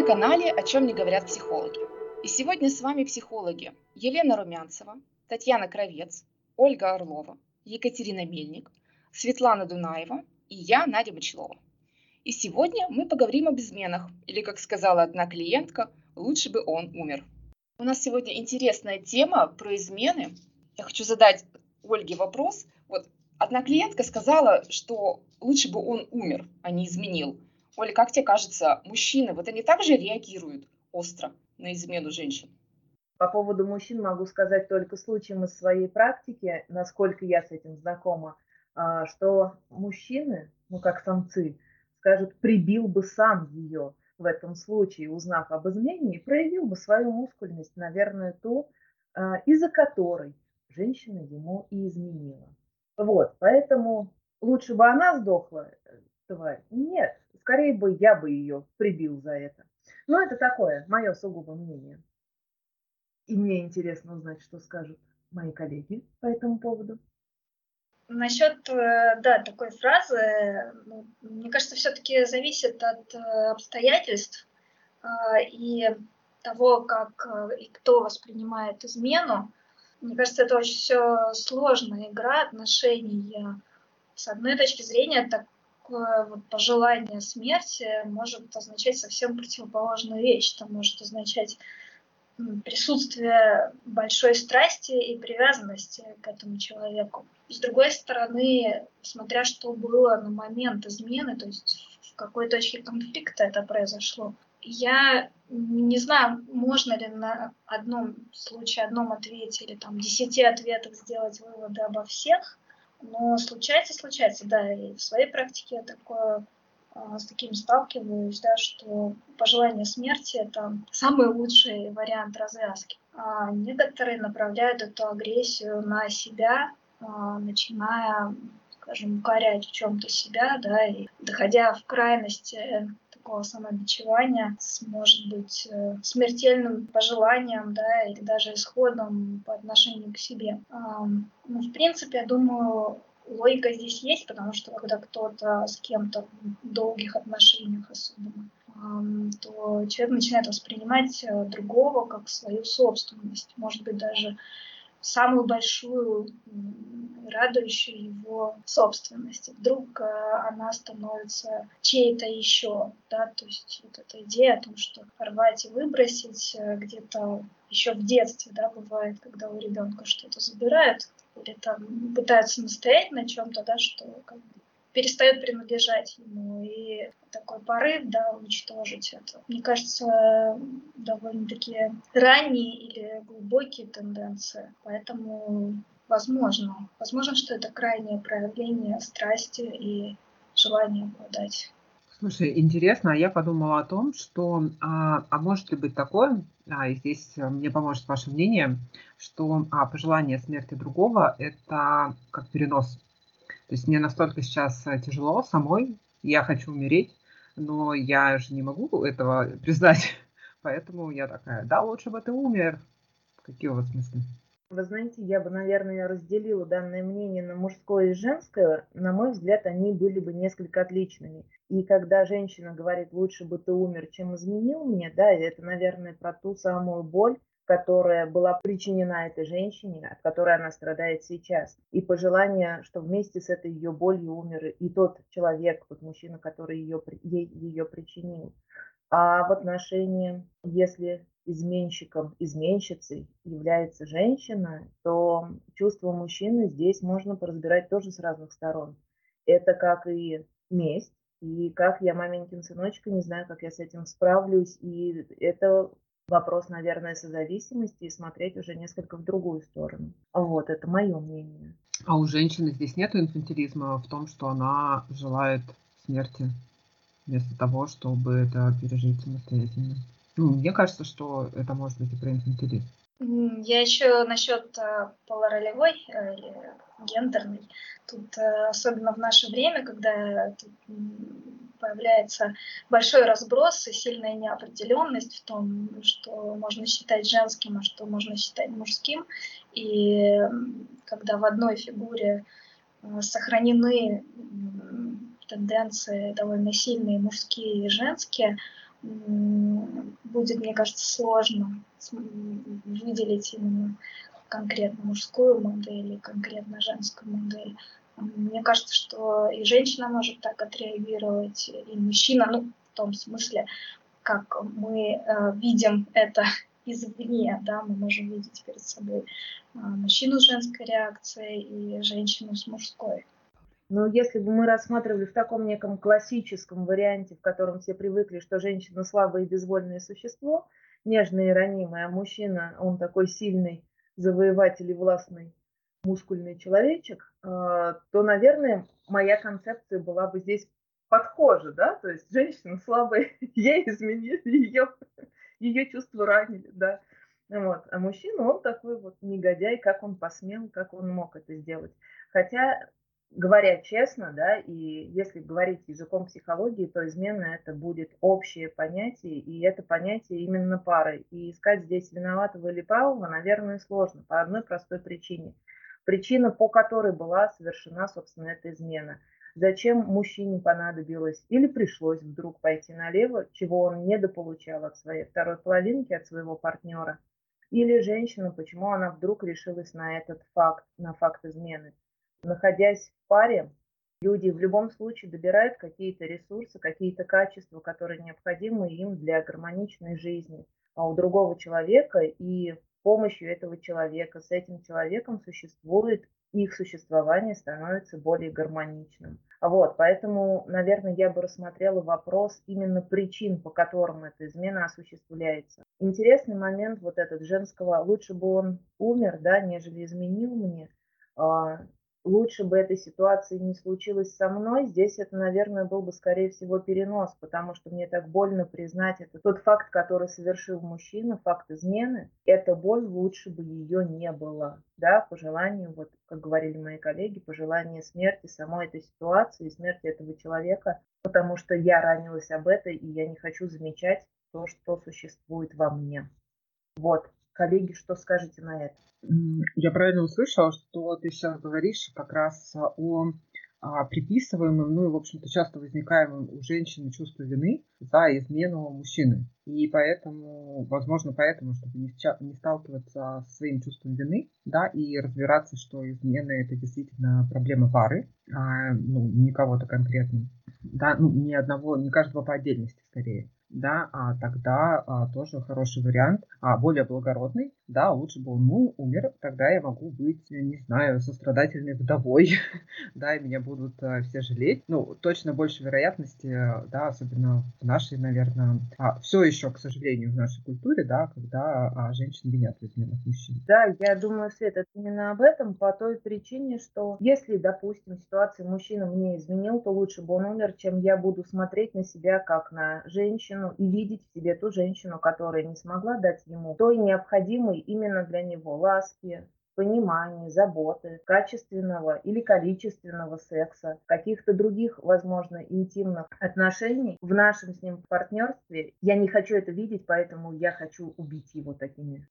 канале «О чем не говорят психологи». И сегодня с вами психологи Елена Румянцева, Татьяна Кравец, Ольга Орлова, Екатерина Мельник, Светлана Дунаева и я, Надя Бочелова. И сегодня мы поговорим об изменах, или, как сказала одна клиентка, лучше бы он умер. У нас сегодня интересная тема про измены. Я хочу задать Ольге вопрос. Вот одна клиентка сказала, что лучше бы он умер, а не изменил. Оля, как тебе кажется, мужчины, вот они также реагируют остро на измену женщин? По поводу мужчин могу сказать только случаем из своей практики, насколько я с этим знакома, что мужчины, как самцы, скажут, прибил бы сам ее в этом случае, узнав об измене, и проявил бы свою мускульность, наверное, ту, из-за которой женщина ему и изменила. Вот, поэтому лучше бы она сдохла, тварь. Нет, скорее бы я бы ее прибил за это. Но это такое, мое сугубо мнение. И мне интересно узнать, что скажут мои коллеги по этому поводу. Насчет, такой фразы, мне кажется, все-таки зависит от обстоятельств и того, как и кто воспринимает измену. Мне кажется, это очень все сложная игра отношений. С одной точки зрения, такое вот пожелание смерти может означать совсем противоположную вещь. Это может означать присутствие большой страсти и привязанности к этому человеку. С другой стороны, смотря что было на момент измены, то есть в какой точке конфликта это произошло, я не знаю, можно ли на одном случае, одном ответе или 10 ответах сделать выводы обо всех, но случается, да, и в своей практике я с таким сталкиваюсь, да, что пожелание смерти – это самый лучший вариант развязки. А некоторые направляют эту агрессию на себя, начиная, скажем, укорять в чем-то себя, да, и доходя в крайности такого самобичевания может быть смертельным пожеланием, да, или даже исходом по отношению к себе. В принципе, я думаю, логика здесь есть, потому что когда кто-то с кем-то в долгих отношениях особенно, то человек начинает воспринимать другого как свою собственность, может быть, даже самую большую, радующую его собственность. Вдруг она становится чьей-то еще, да, то есть вот эта идея о том, что рвать и выбросить где-то еще в детстве, да, бывает, когда у ребенка что-то забирают или пытаются настоять на чем-то, да, что перестает принадлежать ему, и такой порыв, да, уничтожить это. Мне кажется, довольно-таки ранние или глубокие тенденции, поэтому возможно, что это крайнее проявление страсти и желания обладать. Слушай, интересно, я подумала о том, что, может ли быть такое, и здесь мне поможет ваше мнение, что пожелание смерти другого – это как перенос. То есть мне настолько сейчас тяжело самой, я хочу умереть, но я же не могу этого признать, поэтому я такая, да, лучше бы ты умер. Какие у вас мысли? Вы знаете, я бы, наверное, разделила данное мнение на мужское и женское. На мой взгляд, они были бы несколько отличными. И когда женщина говорит, лучше бы ты умер, чем изменил мне, да, это, наверное, про ту самую боль, которая была причинена этой женщине, от которой она страдает сейчас. И пожелание, что вместе с этой ее болью умер и тот человек, тот мужчина, который ее причинил. А в отношении, если изменщиком, изменщицей является женщина, то чувство мужчины здесь можно поразбирать тоже с разных сторон. Это как и месть, и как я маменькин сыночка, не знаю, как я с этим справлюсь. И это вопрос, наверное, созависимости и смотреть уже несколько в другую сторону. Вот, это мое мнение. А у женщины здесь нет инфантилизма в том, что она желает смерти вместо того, чтобы это пережить самостоятельно? Мне кажется, что это может быть и про инфантилизм. Я еще насчет полуролевой или гендерной. Тут особенно в наше время, когда тут появляется большой разброс и сильная неопределенность в том, что можно считать женским, а что можно считать мужским. И когда в одной фигуре сохранены тенденции довольно сильные, мужские и женские, будет, мне кажется, сложно выделить именно конкретно мужскую модель и конкретно женскую модель. Мне кажется, что и женщина может так отреагировать, и мужчина, ну, в том смысле, как мы видим это извне, да, мы можем видеть перед собой мужчину с женской реакцией и женщину с мужской. Но если бы мы рассматривали в таком неком классическом варианте, в котором все привыкли, что женщина слабое и безвольное существо, нежное и ранимое, а мужчина, он такой сильный завоеватель и властный мускульный человечек, то, наверное, моя концепция была бы здесь подхожа, да, то есть женщина слабая, ей изменили, ее чувства ранили, да. Вот. А мужчина, он такой вот негодяй, как он посмел, как он мог это сделать. Хотя, говоря честно, да, и если говорить языком психологии, то измена это будет общее понятие, и это понятие именно пары. И искать здесь виноватого или правого, наверное, сложно по одной простой причине. Причина, по которой была совершена, собственно, эта измена. Зачем мужчине понадобилось или пришлось вдруг пойти налево, чего он недополучал от своей второй половинки, от своего партнера, или женщина, почему она вдруг решилась на этот факт, на факт измены. Находясь в паре, люди в любом случае добирают какие-то ресурсы, какие-то качества, которые необходимы им для гармоничной жизни. А у другого человека и помощью этого человека, с этим человеком существует, их существование становится более гармоничным. Вот, поэтому, наверное, я бы рассмотрела вопрос именно причин, по которым эта измена осуществляется. Интересный момент вот этот женского, лучше бы он умер, да, нежели изменил мне. Лучше бы этой ситуации не случилось со мной. Здесь это, наверное, был бы, скорее всего, перенос, потому что мне так больно признать это. Тот факт, который совершил мужчина, факт измены, эта боль, лучше бы ее не было. Да, по желанию, вот, как говорили мои коллеги, по желанию смерти самой этой ситуации, смерти этого человека, потому что я ранилась об этом, и я не хочу замечать то, что существует во мне. Вот. Коллеги, что скажете на это? Я правильно услышала, что ты сейчас говоришь как раз о приписываемом, ну и, в общем-то, часто возникаемом у женщины чувстве вины за измену мужчины. И поэтому, возможно, поэтому, чтобы не сталкиваться с своим чувством вины, да, и разбираться, что измена — это действительно проблема пары, не кого-то конкретно, да, не одного, не каждого по отдельности, скорее. Да, тогда тоже хороший вариант, более благородный, да, лучше бы он умер, тогда я могу быть, не знаю, сострадательной вдовой, да, и меня будут все жалеть. Ну, точно больше вероятности, да, особенно в нашей, наверное, все еще, к сожалению, в нашей культуре, да, когда женщин винят в изменах мужчин. Да, я думаю, Свет, это именно об этом, по той причине, что если, допустим, в ситуации мужчина мне изменил, то лучше бы он умер, чем я буду смотреть на себя как на женщину и видеть в себе ту женщину, которая не смогла дать ему той необходимой именно для него ласки, понимания, заботы, качественного или количественного секса, каких-то других, возможно, интимных отношений в нашем с ним партнерстве. Я не хочу это видеть, поэтому я хочу убить его такими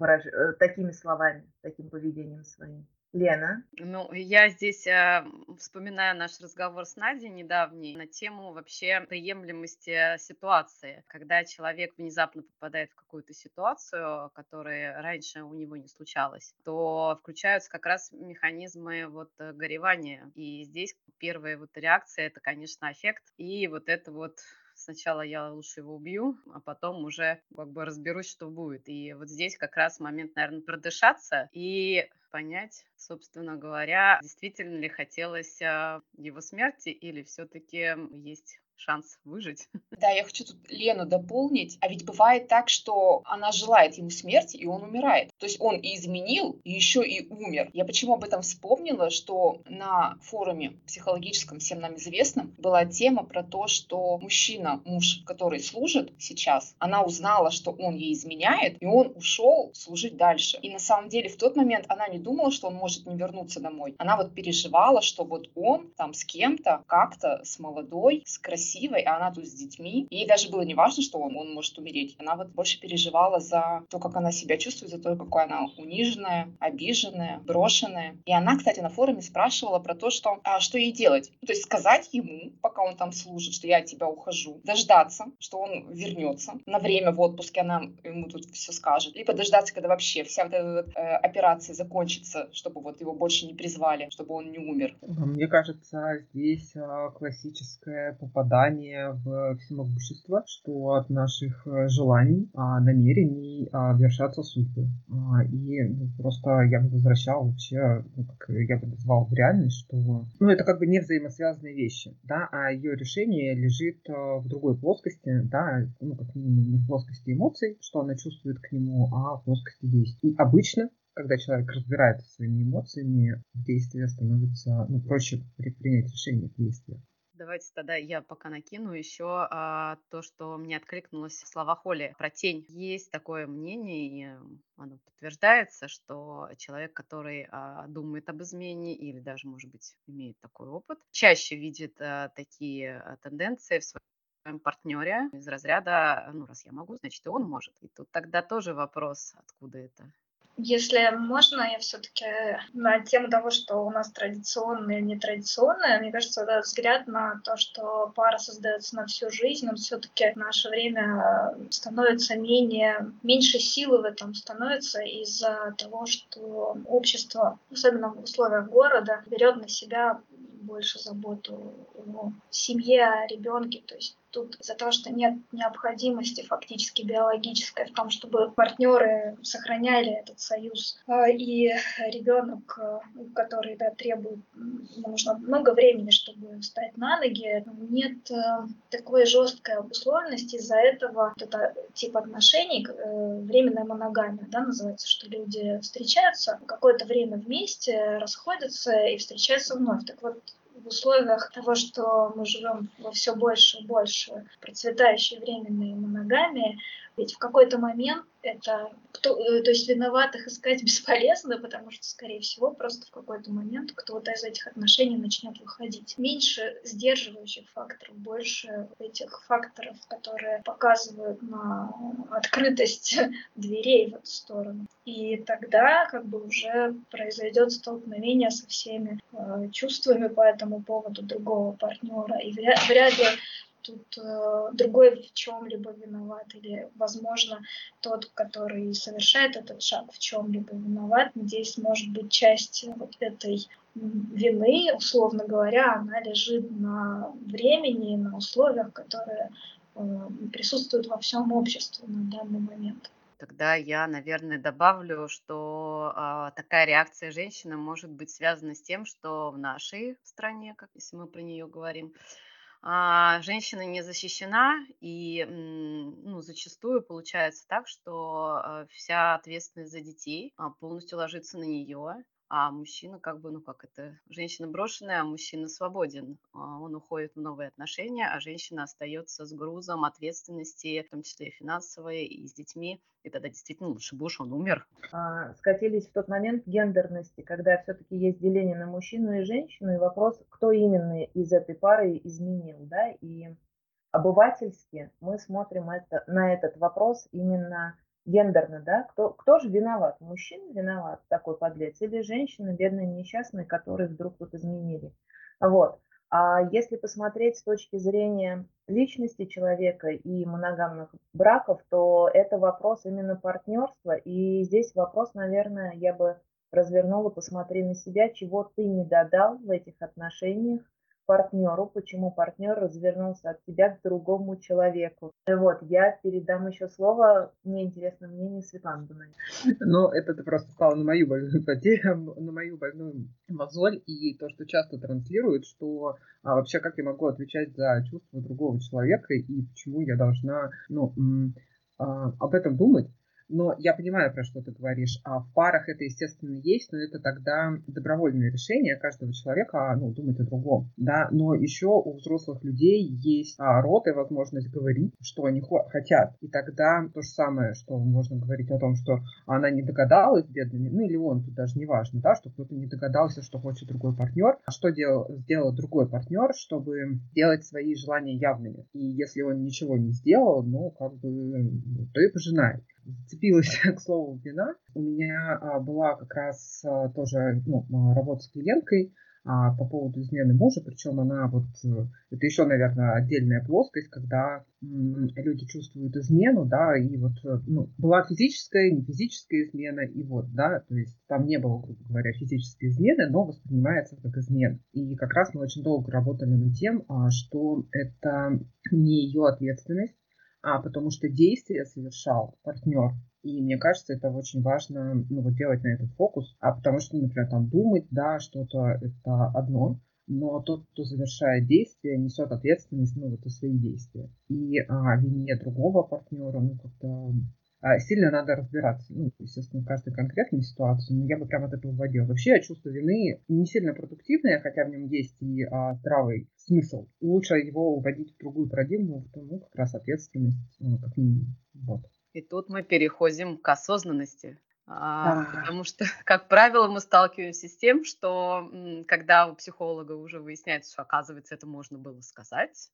словами, таким поведением своим. Лена? Ну, я здесь вспоминаю наш разговор с Надей недавний на тему вообще приемлемости ситуации, когда человек внезапно попадает в какую-то ситуацию, которая раньше у него не случалась, то включаются как раз механизмы вот горевания. И здесь первая вот реакция — это, конечно, аффект, и вот это вот сначала я лучше его убью, а потом уже как бы разберусь, что будет. И вот здесь как раз момент, наверное, продышаться и понять, собственно говоря, действительно ли хотелось его смерти или все-таки есть шанс выжить. Да, я хочу тут Лену дополнить. А ведь бывает так, что она желает ему смерти, и он умирает. То есть он и изменил, и еще и умер. Я почему об этом вспомнила, что на форуме психологическом, всем нам известном, была тема про то, что мужчина, муж, который служит сейчас, она узнала, что он ей изменяет, и он ушел служить дальше. И на самом деле в тот момент она не думала, что он может не вернуться домой. Она вот переживала, что вот он там с кем-то, как-то, с молодой, с красивой, красивой, а она тут с детьми. Ей даже было не важно, что он может умереть. Она вот больше переживала за то, как она себя чувствует, за то, какая она униженная, обиженная, брошенная. И она, кстати, на форуме спрашивала про то, что ей делать. То есть сказать ему, пока он там служит, что я от тебя ухожу, дождаться, что он вернется на время в отпуске, она ему тут все скажет, либо дождаться, когда вообще вся вот эта операция закончится, чтобы вот его больше не призвали, чтобы он не умер. Мне кажется, здесь классическое попадание в всемогущество, что от наших желаний, намерений вершатся судьбы. И просто я бы возвращал вообще, как я бы назвал в реальность, что это как бы не взаимосвязанные вещи, да, а ее решение лежит в другой плоскости, да, как минимум не в плоскости эмоций, что она чувствует к нему, а в плоскости действий. И обычно, когда человек разбирается со своими эмоциями, действие становится проще принять решение к действию. Давайте тогда я пока накину еще то, что мне откликнулось в словах Оли про тень. Есть такое мнение, и оно подтверждается, что человек, который думает об измене или даже, может быть, имеет такой опыт, чаще видит такие тенденции в своем партнере из разряда, раз я могу, значит и он может. И тут тогда тоже вопрос, откуда это. Если можно, я все-таки на тему того, что у нас традиционное и нетрадиционное, мне кажется, этот взгляд на то, что пара создается на всю жизнь, он все-таки в наше время становится меньше силы в этом становится из-за того, что общество, особенно в условиях города, берет на себя больше заботу о семье, о ребенке. То есть тут из-за того, что нет необходимости фактически биологической в том, чтобы партнеры сохраняли этот союз. И ребенок, который требует, нужно много времени, чтобы встать на ноги, нет такой жесткой обусловленности. Из-за этого это тип отношений, временная моногамия, называется, что люди встречаются какое-то время вместе, расходятся и встречаются вновь. Так вот, в условиях того, что мы живем во все больше и больше процветающей временной моногамии, ведь в какой-то момент то есть виноватых искать бесполезно, потому что, скорее всего, просто в какой-то момент кто-то из этих отношений начнет выходить. Меньше сдерживающих факторов, больше этих факторов, которые показывают на открытость дверей в эту сторону. И тогда уже произойдет столкновение со всеми чувствами по этому поводу другого партнера. И вряд ли тут другой в чем-либо виноват, или, возможно, тот, который совершает этот шаг, в чем-либо виноват. Здесь может быть часть вот этой вины, условно говоря, она лежит на времени, на условиях, которые присутствуют во всем обществе на данный момент. Тогда я, наверное, добавлю, что такая реакция женщины может быть связана с тем, что в нашей стране, как если мы про нее говорим, женщина не защищена, и зачастую получается так, что вся ответственность за детей полностью ложится на нее, а мужчина женщина брошенная, а мужчина свободен. Он уходит в новые отношения, а женщина остается с грузом ответственности, в том числе и финансовой, и с детьми. И тогда действительно лучше бы уж он умер. Скатились в тот момент гендерности, когда все-таки есть деление на мужчину и женщину, и вопрос, кто именно из этой пары изменил, да, и обывательски мы смотрим на этот вопрос именно гендерно, да, кто же виноват? Мужчина виноват, такой подлец, или женщина, бедная несчастная, которые вдруг тут изменили. Вот. А если посмотреть с точки зрения личности человека и моногамных браков, то это вопрос именно партнерства. И здесь вопрос, наверное, я бы развернула, посмотри на себя, чего ты не додал в этих отношениях партнеру, почему партнер развернулся от тебя к другому человеку. Вот, я передам еще слово, мне интересно мнение Светланы Дунаевой. Это ты просто стала на мою больную потерю, на мою больную мозоль, и то, что часто транслируют, что вообще как я могу отвечать за чувства другого человека, и почему я должна об этом думать. Но я понимаю, про что ты говоришь. А в парах это, естественно, есть, но это тогда добровольное решение каждого человека, думать о другом, да. Но еще у взрослых людей есть род и возможность говорить, что они хотят. И тогда то же самое, что можно говорить о том, что она не догадалась, бедная, или он, тут даже не важно, да, что кто-то не догадался, что хочет другой партнер. А что сделал другой партнер, чтобы делать свои желания явными? И если он ничего не сделал, то и пожинает. Зацепилась к слову вина. У меня была как раз тоже работа с клиенткой по поводу измены мужа, причем она это еще, наверное, отдельная плоскость, когда люди чувствуют измену, да, и была физическая, не физическая измена, и да, то есть там не было, грубо говоря, физической измены, но воспринимается как измена. И как раз мы очень долго работали над тем, что это не ее ответственность, потому что действие совершал партнер. И мне кажется, это очень важно делать на этот фокус, потому что, например, там думать, да, что-то это одно, но тот, кто завершает действие, несет ответственность за свои действия. И вине другого партнера, как-то сильно надо разбираться. Естественно, в каждой конкретной ситуации, но я бы прям от этого вводила. Вообще, чувство вины не сильно продуктивное, хотя в нем есть и здравый смысл. Лучше его уводить в другую парадигму, как раз ответственность, как минимум. Вот. И тут мы переходим к осознанности. Да. Потому что, как правило, мы сталкиваемся с тем, что когда у психолога уже выясняется, что, оказывается, это можно было сказать,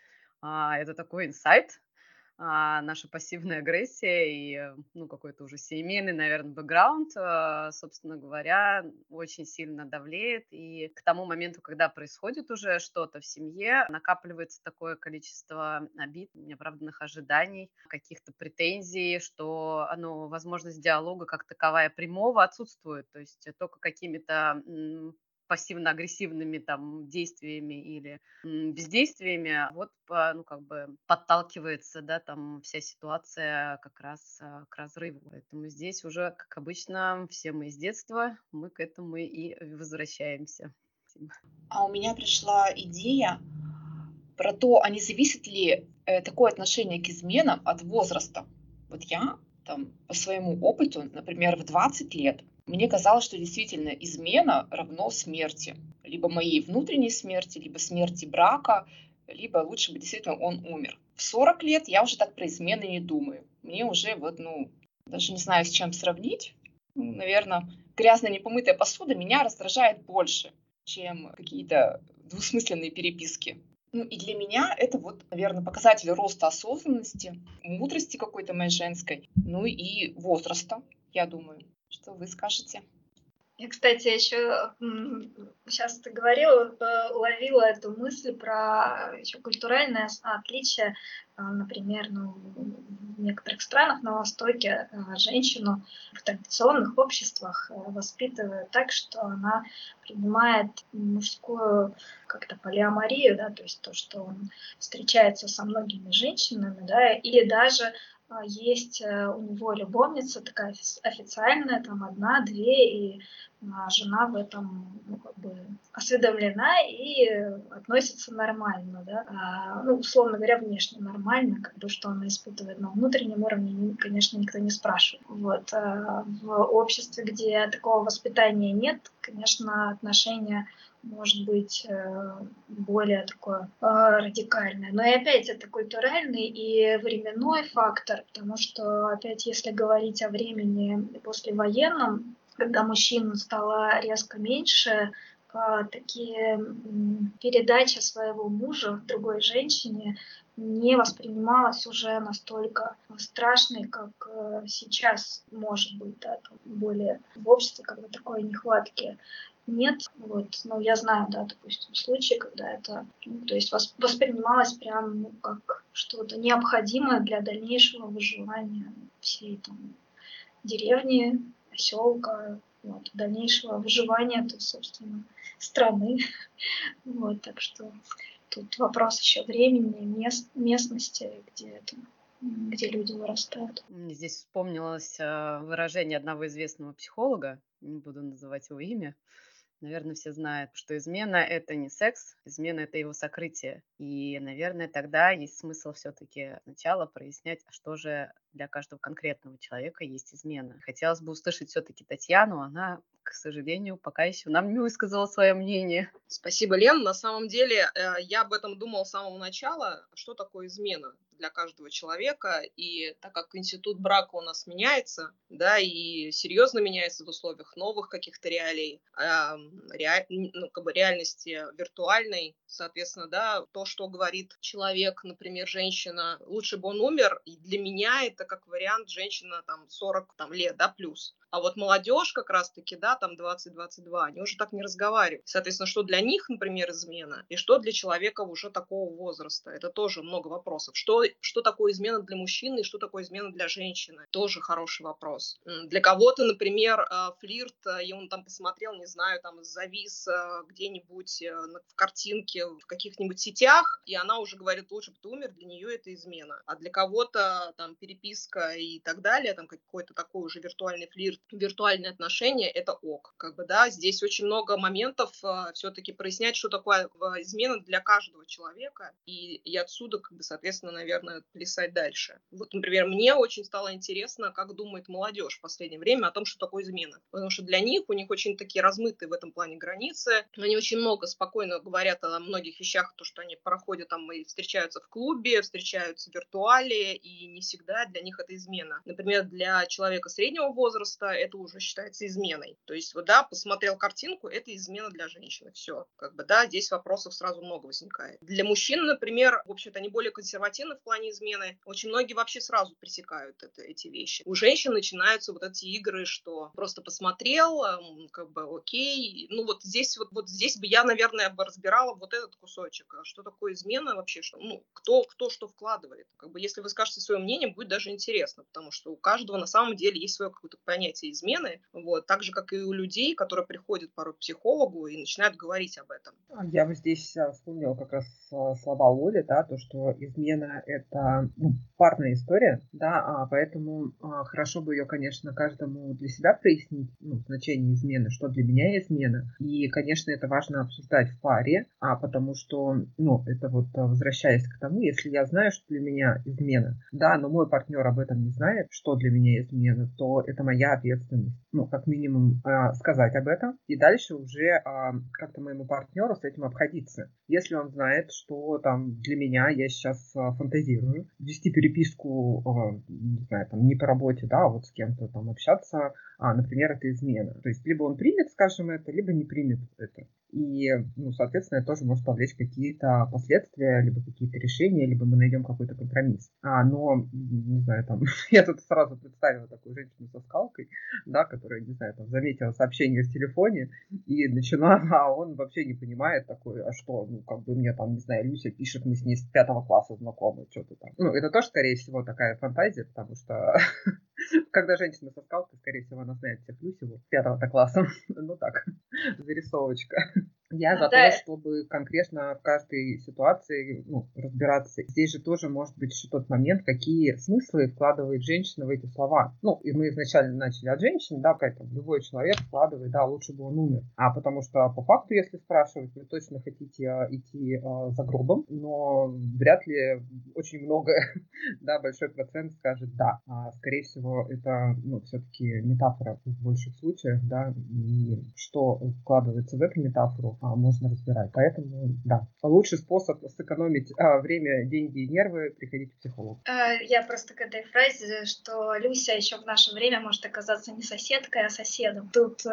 это такой инсайт, наша пассивная агрессия и, какой-то уже семейный, наверное, бэкграунд, собственно говоря, очень сильно давлеет. И к тому моменту, когда происходит уже что-то в семье, накапливается такое количество обид, неоправданных ожиданий, каких-то претензий, что возможность диалога как таковая прямого отсутствует. То есть только какими-то пассивно-агрессивными там действиями или бездействиями, подталкивается, да, там вся ситуация как раз к разрыву. Поэтому здесь уже, как обычно, все мы из детства, мы к этому и возвращаемся. А у меня пришла идея про то, а не зависит ли такое отношение к изменам от возраста. Вот я там по своему опыту, например, в 20 лет, мне казалось, что действительно измена равно смерти. Либо моей внутренней смерти, либо смерти брака, либо лучше бы действительно он умер. В 40 лет я уже так про измены не думаю. Мне уже даже не знаю, с чем сравнить. Наверное, грязная непомытая посуда меня раздражает больше, чем какие-то двусмысленные переписки. И для меня это наверное, показатель роста осознанности, мудрости какой-то моей женской, и возраста, я думаю. Что вы скажете? Я, кстати, еще сейчас ты говорила, уловила эту мысль про еще культуральное отличие. Например, в некоторых странах на Востоке женщину в традиционных обществах воспитывают так, что она принимает мужскую как-то полиаморию, да, то есть то, что он встречается со многими женщинами, да, или даже есть у него любовница такая официальная, там одна-две, и жена в этом осведомлена и относится нормально, да? Условно говоря, внешне нормально, что она испытывает на внутреннем уровне, конечно, никто не спрашивает. В обществе, где такого воспитания нет, конечно, отношение может быть более такое радикальное. Но и опять это культуральный и временной фактор, потому что, опять, если говорить о времени послевоенном, когда мужчин стало резко меньше, такие передачи своего мужа другой женщине не воспринималась уже настолько страшной, как сейчас может быть, да, более в обществе, когда такой нехватки нет. Но я знаю, да, допустим, случаи, когда это, то есть воспринималось прям как что-то необходимое для дальнейшего выживания всей деревни, поселка, дальнейшего выживания, собственно, страны. Так что тут вопрос еще времени, местности, где люди вырастают. Мне здесь вспомнилось выражение одного известного психолога, не буду называть его имя. Наверное, все знают, что измена – это не секс, измена – это его сокрытие. И, наверное, тогда есть смысл все-таки сначала прояснять, что же для каждого конкретного человека есть измена. Хотелось бы услышать все-таки Татьяну, она, к сожалению, пока еще нам не высказала свое мнение. Спасибо, Лен. На самом деле, я об этом думала с самого начала, что такое измена для каждого человека. И так как институт брака у нас меняется, да, и серьезно меняется в условиях новых каких-то реалий, реальности виртуальной, соответственно, да, то, что говорит человек, например, женщина, лучше бы он умер, и для меня это как вариант женщина там 40 лет, да, плюс. А вот молодежь как раз-таки, да, там 20-22, они уже так не разговаривают. Соответственно, что для них, например, измена, и что для человека уже такого возраста. Это тоже много вопросов. Что такое измена для мужчины и что такое измена для женщины? Тоже хороший вопрос. Для кого-то, например, флирт, и он там посмотрел, не знаю, там завис где-нибудь в картинке в каких-нибудь сетях, и она уже говорит, лучше бы ты умер, для нее это измена. А для кого-то там переписка и так далее, там какой-то такой уже виртуальный флирт, виртуальные отношения, это ок. Как бы, да, здесь очень много моментов все-таки прояснять, что такое измена для каждого человека, и отсюда, как бы, соответственно, наверное, плясать дальше. Вот, например, мне очень стало интересно, как думает молодежь в последнее время о том, что такое измена. Потому что для них, у них очень такие размытые в этом плане границы. Они очень много спокойно говорят о многих вещах, то, что они проходят там и встречаются в клубе, встречаются в виртуале, и не всегда для них это измена. Например, для человека среднего возраста это уже считается изменой. То есть, вот, да, посмотрел картинку, это измена для женщины. Все. Как бы, да, здесь вопросов сразу много возникает. Для мужчин, например, в общем-то, они более консервативны в плане измены. Очень многие вообще сразу пресекают эти вещи. У женщин начинаются вот эти игры, что просто посмотрел, как бы, окей. Ну, вот здесь бы я, наверное, бы разбирала вот этот кусочек. Что такое измена вообще? Кто что вкладывает? Как бы, если вы скажете свое мнение, будет даже интересно, потому что у каждого на самом деле есть свое какое-то понятие измены, вот, так же, как и у людей, которые приходят порой к психологу и начинают говорить об этом. Я бы здесь вспомнила как раз слова Оли, да, то, что измена – это парная история, да, поэтому хорошо бы ее, конечно, каждому для себя прояснить, значение измены, что для меня измена. И, конечно, это важно обсуждать в паре, потому что, это вот возвращаясь к тому, если я знаю, что для меня измена, да, но мой партнер об этом не знает, что для меня измена, то это моя ответственность, как минимум, сказать об этом, и дальше уже как-то моему партнеру с этим обходиться. Если он знает, что там для меня, я сейчас фантазирую, вести переписку, не знаю, там не по работе, да, а вот с кем-то там общаться, например, это измена. То есть либо он примет, скажем, это, либо не примет это. И, соответственно, это тоже может повлечь какие-то последствия, либо какие-то решения, либо мы найдем какой-то компромисс. Но, не знаю, там, я тут сразу представила такую женщину со скалкой, да, которая, не знаю, там, заметила сообщение в телефоне и начала, а он вообще не понимает такой, а что, как бы мне там, не знаю, Люся пишет, мы с ней с 5 класса знакомы, что-то там. Это тоже, скорее всего, такая фантазия, потому что когда женщина со скалкой, скорее всего, она знает всех Люсеву 5 класса. Так, зарисовочка. Я за то, чтобы конкретно в каждой ситуации разбираться. Здесь же тоже может быть еще тот момент, какие смыслы вкладывает женщина в эти слова. И мы изначально начали от женщин, да, как любой человек вкладывает, да, лучше бы он умер. Потому что по факту, если спрашивать, вы точно хотите идти за гробом, но вряд ли очень много, да, большой процент скажет да. Скорее всего, это, все-таки метафора в больших случаях, да, и что вкладывается в эту метафору, можно разбирать. Поэтому, да, лучший способ сэкономить время, деньги и нервы — приходить к психологу. Я просто к этой фразе, что Люся еще в наше время может оказаться не соседкой, а соседом. Тут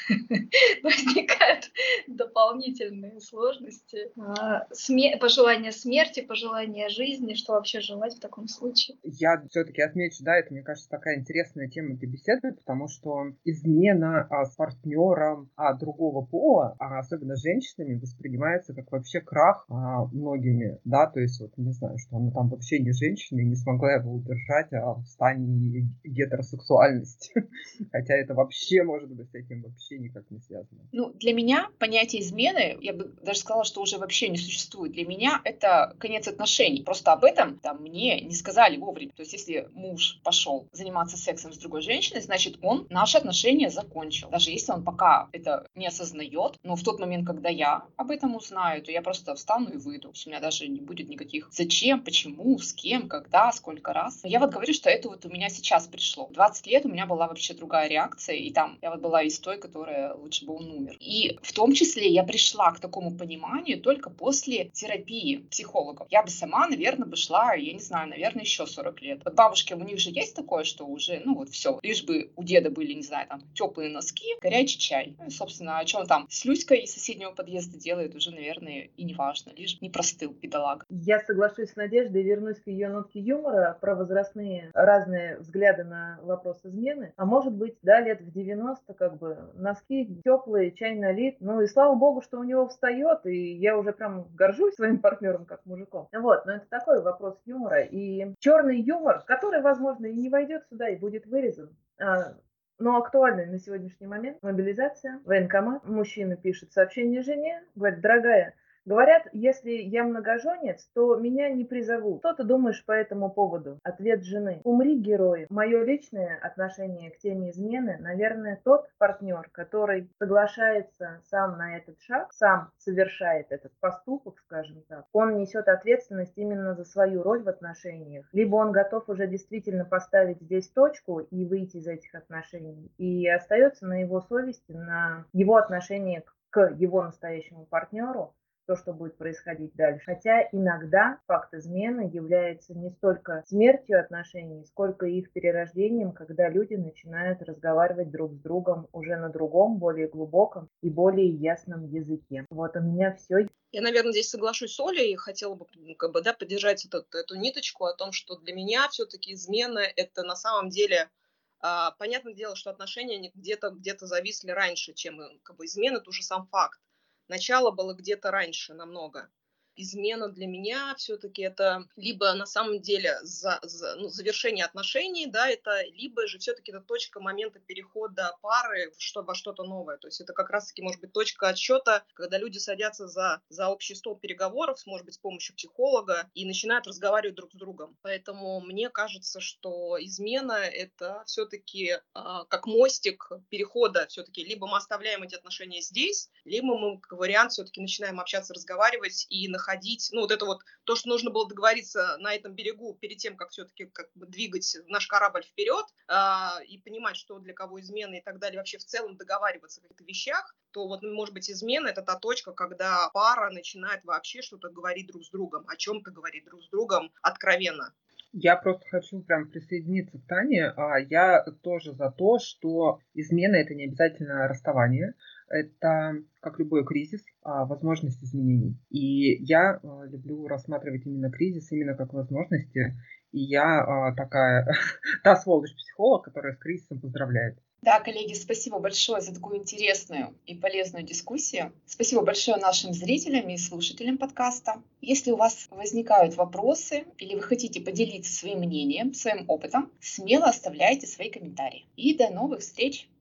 возникают дополнительные сложности. Пожелание смерти, пожелание жизни, что вообще желать в таком случае. Я все-таки отмечу, да, это, мне кажется, такая интересная тема для беседы, потому что измена с партнером другого пола, особенно женщинами, воспринимается как вообще крах многими, да, то есть, не знаю, что она там вообще не женщина и не смогла его удержать в стане гетеросексуальности, хотя это вообще, может быть, с этим вообще никак не связано. Для меня понятие измены, я бы даже сказала, что уже вообще не существует. Для меня это конец отношений. Просто об этом там мне не сказали вовремя. То есть если муж пошел заниматься сексом с другой женщиной, значит, он наши отношения закончил. Даже если он пока это не осознает, но в тот момент, когда я об этом узнаю, то я просто встану и выйду. У меня даже не будет никаких зачем, почему, с кем, когда, сколько раз. Я вот говорю, что это вот у меня сейчас пришло. В 20 лет у меня была вообще другая реакция, и там я вот была из той, которая лучше бы он умер. И в том числе я пришла к такому пониманию только после терапии психологов. Я бы сама, наверное, бы шла, я не знаю, наверное, еще 40 лет. Вот бабушки, у них же есть такое, что уже, ну вот все, лишь бы у деда были, не знаю, там, теплые носки, горячий чай. Ну, и, собственно, о чем там с Люськой из соседнего подъезда делает, уже, наверное, и не важно, лишь бы не простыл бедолага. Я соглашусь с Надеждой и вернусь к ее нотке юмора про возрастные разные взгляды на вопрос измены. А может быть, да, лет в 90 как бы носки теплые, чай налит. Ну и слава богу, что у него встает, и я уже прям горжусь своим партнером как мужиком. Вот, но это такой вопрос юмора. И черный юмор, который, возможно, и не войдет сюда, и будет вырезан, но актуальный на сегодняшний момент. Мобилизация, военкомат. Мужчина пишет сообщение жене, говорит: дорогая, говорят, если я многоженец, то меня не призовут. Что ты думаешь по этому поводу? Ответ жены: умри, герой. Мое личное отношение к теме измены, наверное, тот партнер, который соглашается сам на этот шаг, сам совершает этот поступок, скажем так, он несет ответственность именно за свою роль в отношениях. Либо он готов уже действительно поставить здесь точку и выйти из этих отношений, и остается на его совести, на его отношение к его настоящему партнеру, то, что будет происходить дальше. Хотя иногда факт измены является не столько смертью отношений, сколько их перерождением, когда люди начинают разговаривать друг с другом уже на другом, более глубоком и более ясном языке. Вот у меня все. Я, наверное, здесь соглашусь с Олей и хотела бы, поддержать эту ниточку о том, что для меня все-таки измена – это на самом деле… понятное дело, что отношения где-то зависли раньше, чем измена – это уже сам факт. Начало было где-то раньше намного. Измена для меня все-таки это либо на самом деле завершение отношений, да, это либо же все-таки это точка момента перехода пары во что-то новое. То есть это как раз-таки может быть точка отсчета, когда люди садятся за общий стол переговоров, может быть, с помощью психолога, и начинают разговаривать друг с другом. Поэтому мне кажется, что измена это все-таки как мостик перехода все-таки. Либо мы оставляем эти отношения здесь, либо мы, как вариант, все-таки начинаем общаться, разговаривать и находить, вот это вот то, что нужно было договориться на этом берегу перед тем, как все-таки двигать наш корабль вперед и понимать, что для кого измена и так далее, вообще в целом договариваться о каких-то вещах, то вот, может быть, измена – это та точка, когда пара начинает вообще что-то говорить друг с другом, о чем-то говорить друг с другом откровенно. Я просто хочу прям присоединиться к Тане. Я тоже за то, что измена – это не обязательно расставание. Это, как любой кризис, возможность изменений. И я люблю рассматривать именно кризис, именно как возможности. И я такая, та сволочь-психолог, которая с кризисом поздравляет. Да, коллеги, спасибо большое за такую интересную и полезную дискуссию. Спасибо большое нашим зрителям и слушателям подкаста. Если у вас возникают вопросы или вы хотите поделиться своим мнением, своим опытом, смело оставляйте свои комментарии. И до новых встреч!